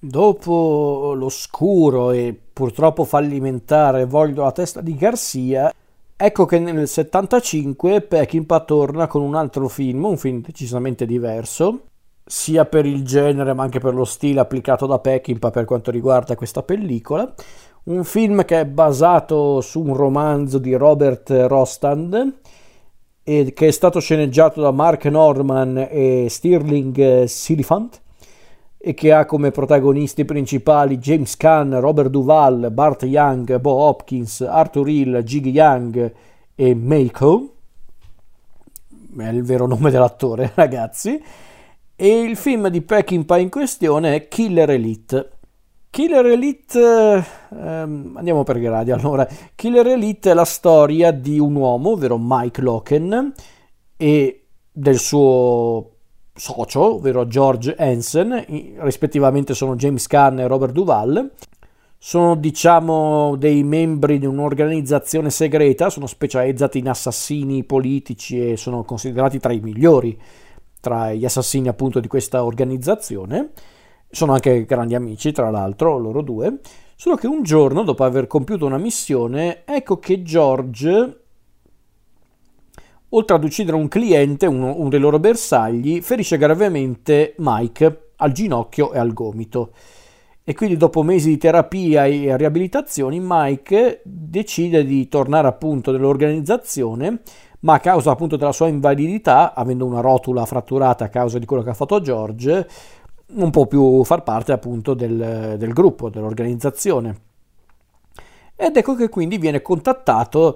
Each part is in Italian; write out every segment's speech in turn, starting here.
Dopo l'oscuro e purtroppo fallimentare Voglio la testa di Garcia, ecco che nel 75 Peckinpah torna con un altro film, un film decisamente diverso, sia per il genere ma anche per lo stile applicato da Peckinpah per quanto riguarda questa pellicola. Un film che è basato su un romanzo di Robert Rostand e che è stato sceneggiato da Mark Norman e Stirling Silliphant e che ha come protagonisti principali James Caan, Robert Duvall, Burt Young, Bo Hopkins, Arthur Hill, Jiggy Young e Mako. È il vero nome dell'attore, ragazzi. E il film di Peckinpah in questione è Killer Elite. Killer Elite, andiamo per gradi. Allora, Killer Elite è la storia di un uomo, ovvero Mike Locken, e del suo socio, ovvero George Hansen, rispettivamente sono James Caan e Robert Duvall. Sono, diciamo, dei membri di un'organizzazione segreta, sono specializzati in assassini politici e sono considerati tra i migliori tra gli assassini appunto di questa organizzazione. Sono anche grandi amici, tra l'altro, loro due. Solo che un giorno, dopo aver compiuto una missione, ecco che George, oltre ad uccidere un cliente, uno dei loro bersagli, ferisce gravemente Mike al ginocchio e al gomito. E quindi dopo mesi di terapia e riabilitazioni, Mike decide di tornare appunto nell'organizzazione, ma a causa appunto della sua invalidità, avendo una rotula fratturata a causa di quello che ha fatto George, non può più far parte appunto del gruppo, dell'organizzazione. Ed ecco che quindi viene contattato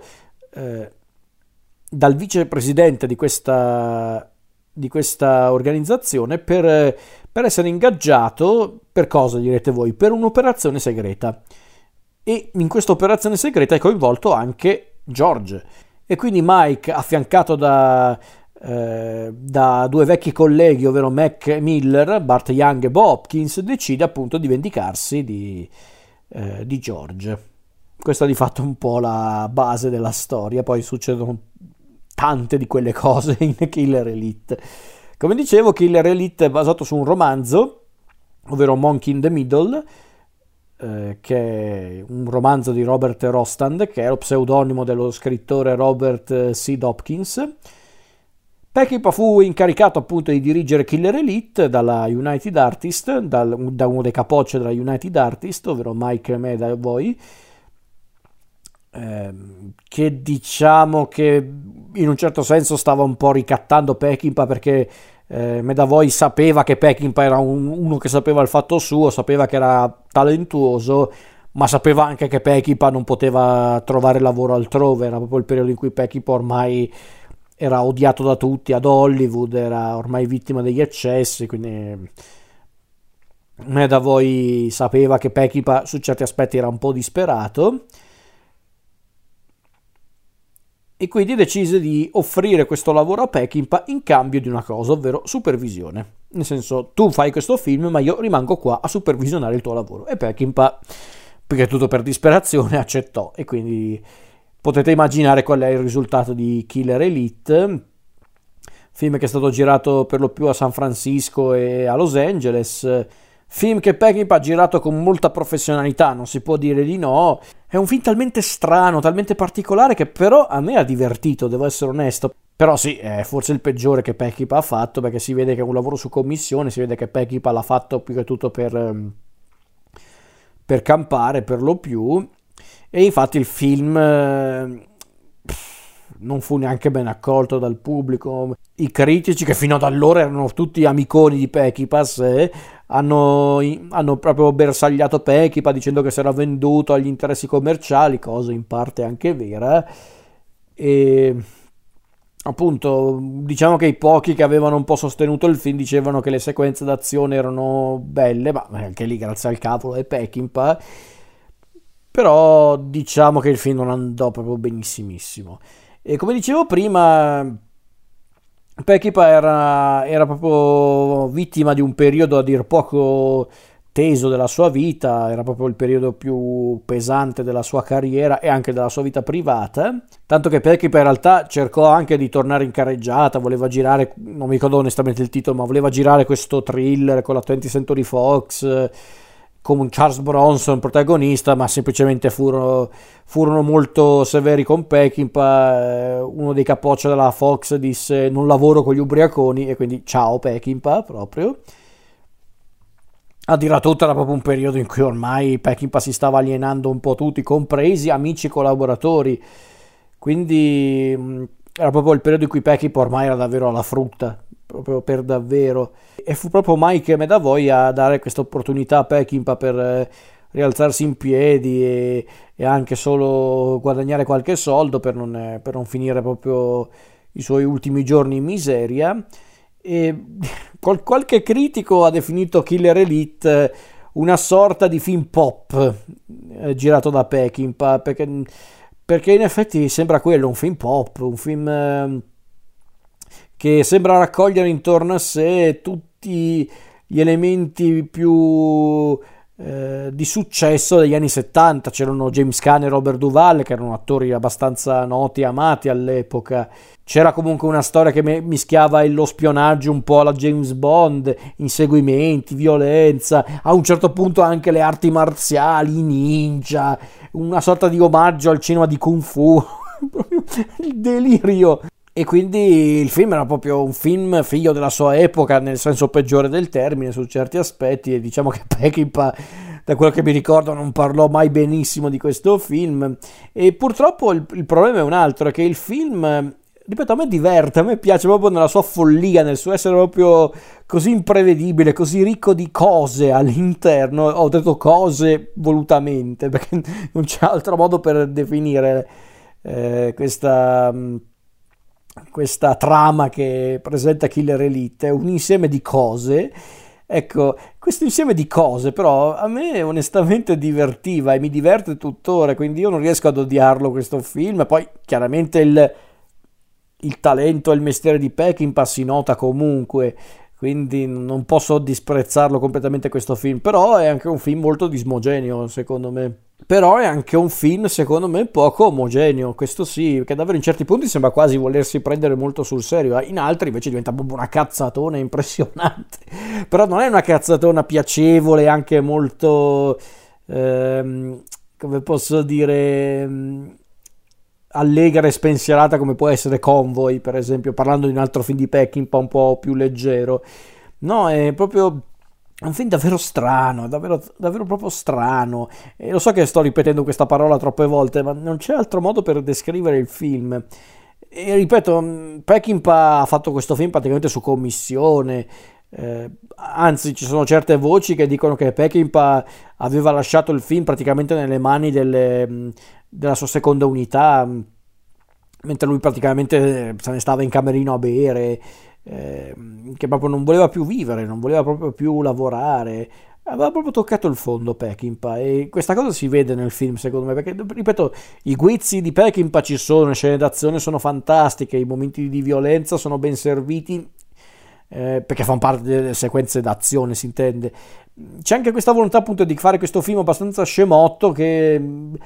dal vicepresidente di questa organizzazione per essere ingaggiato per cosa, direte voi? Per un'operazione segreta. E in questa operazione segreta è coinvolto anche George. E quindi Mike, affiancato da due vecchi colleghi, ovvero Mac e Miller, Burt Young e Bo Hopkins, decide appunto di vendicarsi di George. Questa è di fatto un po' la base della storia. Poi succedono tante di quelle cose in Killer Elite. Come dicevo, Killer Elite è basato su un romanzo, ovvero Monkey in the Middle, che è un romanzo di Robert Rostand, che è lo pseudonimo dello scrittore Robert Seed Hopkins. Peckinpah fu incaricato appunto di dirigere Killer Elite dalla United Artists, da uno dei capocci della United Artists, ovvero Mike Medavoy, che diciamo che in un certo senso stava un po' ricattando Peckinpah, perché Medavoy sapeva che Peckinpah era uno che sapeva il fatto suo, sapeva che era talentuoso, ma sapeva anche che Peckinpah non poteva trovare lavoro altrove. Era proprio il periodo in cui Peckinpah ormai era odiato da tutti ad Hollywood, era ormai vittima degli eccessi, quindi Medavoy sapeva che Peckinpah su certi aspetti era un po' disperato, e quindi decise di offrire questo lavoro a Peckinpah in cambio di una cosa, ovvero supervisione. Nel senso, tu fai questo film, ma io rimango qua a supervisionare il tuo lavoro. E Peckinpah, perché tutto per disperazione, accettò. E quindi potete immaginare qual è il risultato di Killer Elite, film che è stato girato per lo più a San Francisco e a Los Angeles. Film che Peckinpah ha girato con molta professionalità, non si può dire di no. È un film talmente strano, talmente particolare, che però a me ha divertito, devo essere onesto. Però sì, è forse il peggiore che Peckinpah ha fatto, perché si vede che è un lavoro su commissione, si vede che Peckinpah l'ha fatto più che tutto per campare, per lo più. E infatti il film non fu neanche ben accolto dal pubblico. I critici, che fino ad allora erano tutti amiconi di Peckinpah, hanno proprio bersagliato Peckinpah dicendo che si era venduto agli interessi commerciali, cosa in parte anche vera. E appunto, diciamo che i pochi che avevano un po' sostenuto il film dicevano che le sequenze d'azione erano belle, ma anche lì grazie al cavolo è Peckinpah. Però diciamo che il film non andò proprio benissimissimo. E come dicevo prima, Peckinpah era proprio vittima di un periodo a dir poco teso della sua vita, era proprio il periodo più pesante della sua carriera e anche della sua vita privata, tanto che Peckinpah in realtà cercò anche di tornare in carreggiata, voleva girare, non mi ricordo onestamente il titolo, ma voleva girare questo thriller con la 20th Century Fox, come un Charles Bronson protagonista, ma semplicemente furono molto severi con Peckinpah. Uno dei capoccia della Fox disse: non lavoro con gli ubriaconi, e quindi ciao Peckinpah proprio. A dire tutta, era proprio un periodo in cui ormai Peckinpah si stava alienando un po' tutti, compresi amici e collaboratori, quindi era proprio il periodo in cui Peckinpah ormai era davvero alla frutta, proprio per davvero, e fu proprio Mike McAvoy a dare questa opportunità a Peckinpah per rialzarsi in piedi e anche solo guadagnare qualche soldo per non finire proprio i suoi ultimi giorni in miseria. E qualche critico ha definito Killer Elite una sorta di film pop girato da Peckinpah, perché in effetti sembra quello, un film pop, un film che sembra raccogliere intorno a sé tutti gli elementi più di successo degli anni 70. C'erano James Caan e Robert Duvall, che erano attori abbastanza noti e amati all'epoca. C'era comunque una storia che mischiava lo spionaggio un po' alla James Bond, inseguimenti, violenza, a un certo punto anche le arti marziali, i ninja, una sorta di omaggio al cinema di Kung Fu, il delirio. E quindi il film era proprio un film figlio della sua epoca, nel senso peggiore del termine su certi aspetti, e diciamo che Peckinpah, da quello che mi ricordo, non parlò mai benissimo di questo film. E purtroppo il problema è un altro, è che il film, ripeto, a me diverte, a me piace proprio nella sua follia, nel suo essere proprio così imprevedibile, così ricco di cose all'interno. Ho detto cose volutamente, perché non c'è altro modo per definire questa trama che presenta Killer Elite. È un insieme di cose. Ecco, questo insieme di cose però a me onestamente divertiva e mi diverte tuttora, quindi io non riesco ad odiarlo questo film. Poi chiaramente il talento e il mestiere di Peckinpah si nota comunque, quindi non posso disprezzarlo completamente questo film, però è anche un film molto dismogeneo secondo me. Però è anche un film secondo me poco omogeneo, questo sì, che davvero in certi punti sembra quasi volersi prendere molto sul serio, in altri invece diventa proprio una cazzatona impressionante. Però non è una cazzatona piacevole, anche molto come posso dire, allegra e spensierata, come può essere Convoy per esempio, parlando di un altro film di Peckinpah un po' più leggero. No, è proprio un film davvero strano, davvero, davvero proprio strano. E lo so che sto ripetendo questa parola troppe volte, ma non c'è altro modo per descrivere il film. E ripeto, Peckinpah ha fatto questo film praticamente su commissione. Anzi, ci sono certe voci che dicono che Peckinpah aveva lasciato il film praticamente nelle mani della sua seconda unità, mentre lui praticamente se ne stava in camerino a bere, che proprio non voleva più vivere, non voleva proprio più lavorare. Aveva proprio toccato il fondo Peckinpah, e questa cosa si vede nel film secondo me, perché ripeto, i guizzi di Peckinpah ci sono, le scene d'azione sono fantastiche, i momenti di violenza sono ben serviti, perché fanno parte delle sequenze d'azione, si intende. C'è anche questa volontà appunto di fare questo film abbastanza scemotto che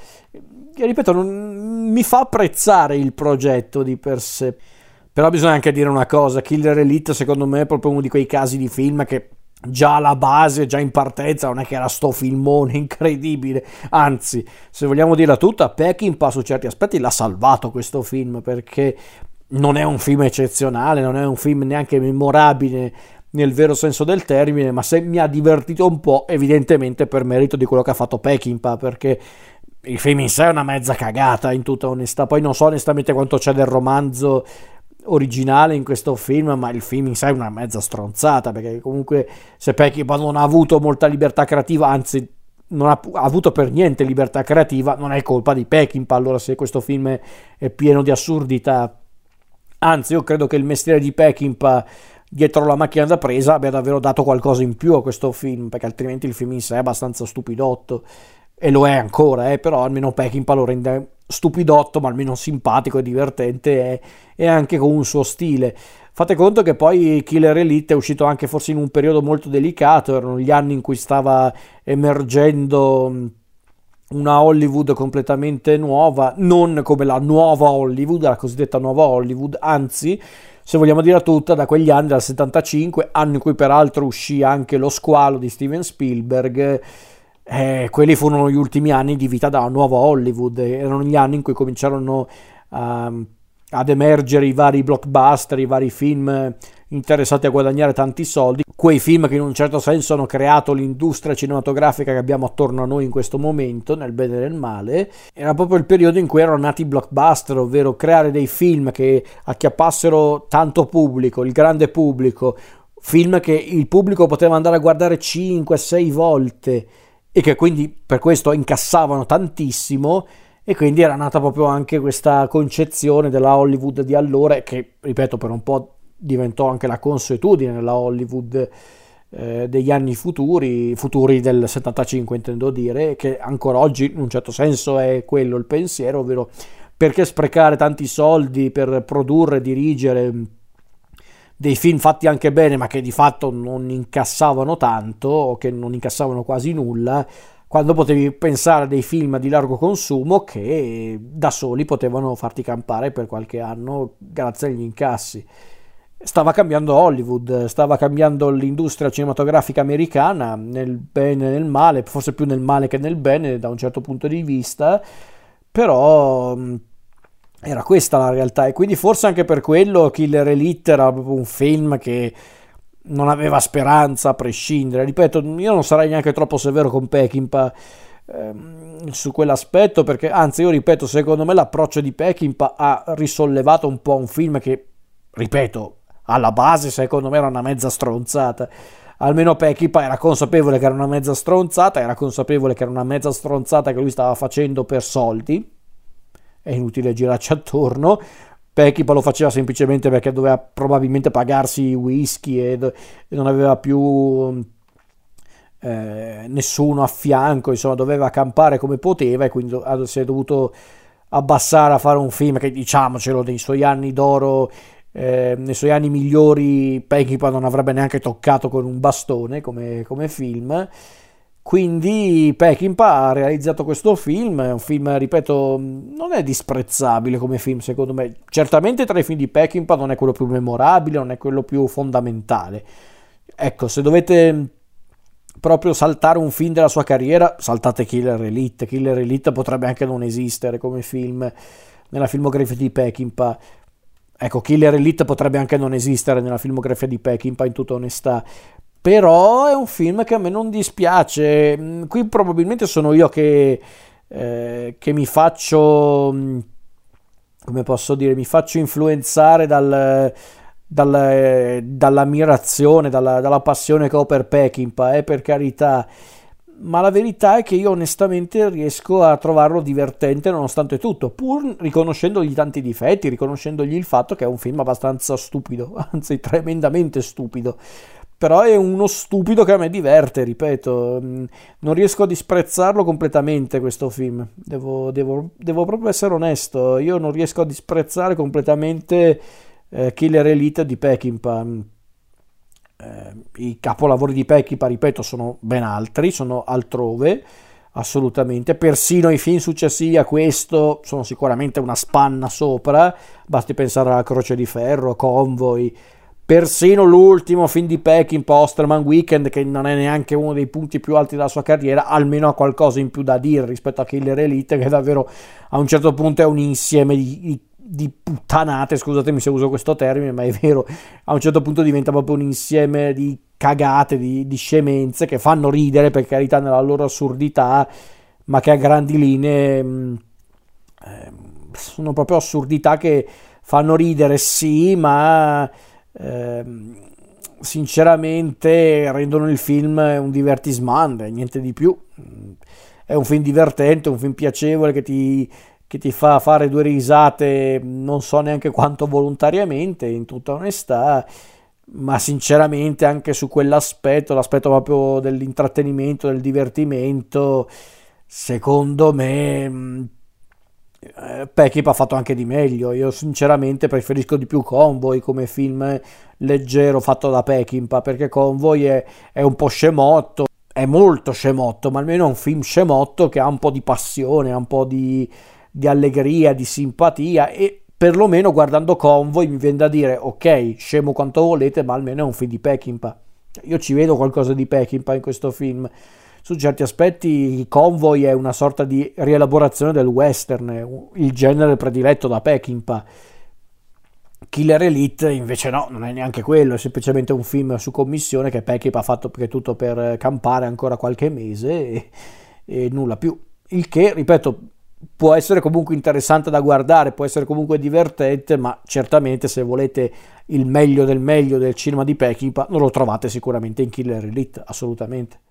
ripeto, mi fa apprezzare il progetto di per sé. Però bisogna anche dire una cosa: Killer Elite secondo me è proprio uno di quei casi di film che già alla base, già in partenza, non è che era sto filmone incredibile, anzi, se vogliamo dirla tutta, Peckinpah su certi aspetti l'ha salvato questo film, perché non è un film eccezionale, non è un film neanche memorabile nel vero senso del termine, ma se mi ha divertito un po', evidentemente per merito di quello che ha fatto Peckinpah, perché il film in sé è una mezza cagata, in tutta onestà. Poi non so onestamente quanto c'è del romanzo originale in questo film, ma il film in sé è una mezza stronzata, perché comunque se Peckinpah non ha avuto molta libertà creativa, anzi non ha avuto per niente libertà creativa, non è colpa di Peckinpah allora se questo film è pieno di assurdità. Anzi, io credo che il mestiere di Peckinpah dietro la macchina da presa abbia davvero dato qualcosa in più a questo film, perché altrimenti il film in sé è abbastanza stupidotto, e lo è ancora, però almeno Peckinpah lo rende stupidotto, ma almeno simpatico e divertente, e anche con un suo stile. Fate conto che poi Killer Elite è uscito anche forse in un periodo molto delicato, erano gli anni in cui stava emergendo una Hollywood completamente nuova, non come la nuova Hollywood, la cosiddetta nuova Hollywood, anzi, se vogliamo dire tutta, da quegli anni, dal 75, anno in cui peraltro uscì anche Lo squalo di Steven Spielberg, quelli furono gli ultimi anni di vita della nuova Hollywood, erano gli anni in cui cominciarono ad emergere i vari blockbuster, i vari film interessati a guadagnare tanti soldi, quei film che in un certo senso hanno creato l'industria cinematografica che abbiamo attorno a noi in questo momento, nel bene e nel male. Era proprio il periodo in cui erano nati i blockbuster, ovvero creare dei film che acchiappassero tanto pubblico, il grande pubblico, film che il pubblico poteva andare a guardare 5-6 volte e che quindi per questo incassavano tantissimo. E quindi era nata proprio anche questa concezione della Hollywood di allora, che, ripeto, per un po' diventò anche la consuetudine nella Hollywood degli anni futuri del 75 intendo dire, che ancora oggi in un certo senso è quello il pensiero, ovvero perché sprecare tanti soldi per produrre, dirigere dei film fatti anche bene ma che di fatto non incassavano tanto o che non incassavano quasi nulla, quando potevi pensare a dei film di largo consumo che da soli potevano farti campare per qualche anno grazie agli incassi. Stava cambiando Hollywood, stava cambiando l'industria cinematografica americana, nel bene e nel male, forse più nel male che nel bene da un certo punto di vista, però era questa la realtà, e quindi forse anche per quello Killer Elite era proprio un film che non aveva speranza a prescindere. Ripeto, io non sarei neanche troppo severo con Peckinpah su quell'aspetto, perché anzi, io ripeto, secondo me l'approccio di Peckinpah ha risollevato un po' un film che, ripeto, alla base secondo me era una mezza stronzata. Almeno Peckinpah era consapevole che era una mezza stronzata, era consapevole che era una mezza stronzata che lui stava facendo per soldi, è inutile girarci attorno. Peckinpah lo faceva semplicemente perché doveva probabilmente pagarsi i whisky e non aveva più nessuno a fianco, insomma doveva campare come poteva, e quindi si è dovuto abbassare a fare un film che, diciamocelo, nei suoi anni d'oro, nei suoi anni migliori Peckinpah non avrebbe neanche toccato con un bastone come film. Quindi Peckinpah ha realizzato questo film, è un film, ripeto, non è disprezzabile come film secondo me, certamente tra i film di Peckinpah non è quello più memorabile, non è quello più fondamentale. Ecco, se dovete proprio saltare un film della sua carriera, saltate Killer Elite. Killer Elite potrebbe anche non esistere come film nella filmografia di Peckinpah. Ecco, Killer Elite potrebbe anche non esistere nella filmografia di Peckinpah, in tutta onestà. Però è un film che a me non dispiace. Qui probabilmente sono io che mi faccio, come posso dire, mi faccio influenzare dall'ammirazione, dalla passione che ho per Peckinpah, per carità. Ma la verità è che io onestamente riesco a trovarlo divertente nonostante tutto, pur riconoscendogli tanti difetti, riconoscendogli il fatto che è un film abbastanza stupido, anzi tremendamente stupido. Però è uno stupido che a me diverte, ripeto, non riesco a disprezzarlo completamente questo film, devo proprio essere onesto, io non riesco a disprezzare completamente Killer Elite di Peckinpah. I capolavori di Peckinpah, ripeto, sono ben altri, sono altrove, assolutamente, persino i film successivi a questo sono sicuramente una spanna sopra, basti pensare alla Croce di Ferro, Convoy. Persino l'ultimo film di Peckinpah, Osterman Weekend, che non è neanche uno dei punti più alti della sua carriera, almeno ha qualcosa in più da dire rispetto a Killer Elite, che davvero a un certo punto è un insieme di puttanate, scusatemi se uso questo termine, ma è vero, a un certo punto diventa proprio un insieme di cagate, di scemenze che fanno ridere, per carità, nella loro assurdità, ma che a grandi linee sono proprio assurdità che fanno ridere, sì, ma sinceramente rendono il film un divertisement, niente di più. È un film divertente, un film piacevole che ti fa fare due risate, non so neanche quanto volontariamente, in tutta onestà, ma sinceramente anche su quell'aspetto, l'aspetto proprio dell'intrattenimento, del divertimento, secondo me Peckinpah ha fatto anche di meglio. Io sinceramente preferisco di più Convoy come film leggero fatto da Peckinpah, perché Convoy è un po' scemotto, è molto scemotto, ma almeno è un film scemotto che ha un po' di passione, ha un po' di allegria, di simpatia, e perlomeno guardando Convoy mi viene da dire ok, scemo quanto volete, ma almeno è un film di Peckinpah. Io ci vedo qualcosa di Peckinpah in questo film. su certi aspetti Convoy è una sorta di rielaborazione del western, il genere prediletto da Peckinpah. Killer Elite invece no, non è neanche quello, è semplicemente un film su commissione che Peckinpah ha fatto perché tutto per campare ancora qualche mese e nulla più. Il che, ripeto, può essere comunque interessante da guardare, può essere comunque divertente, ma certamente se volete il meglio del cinema di Peckinpah non lo trovate sicuramente in Killer Elite, assolutamente.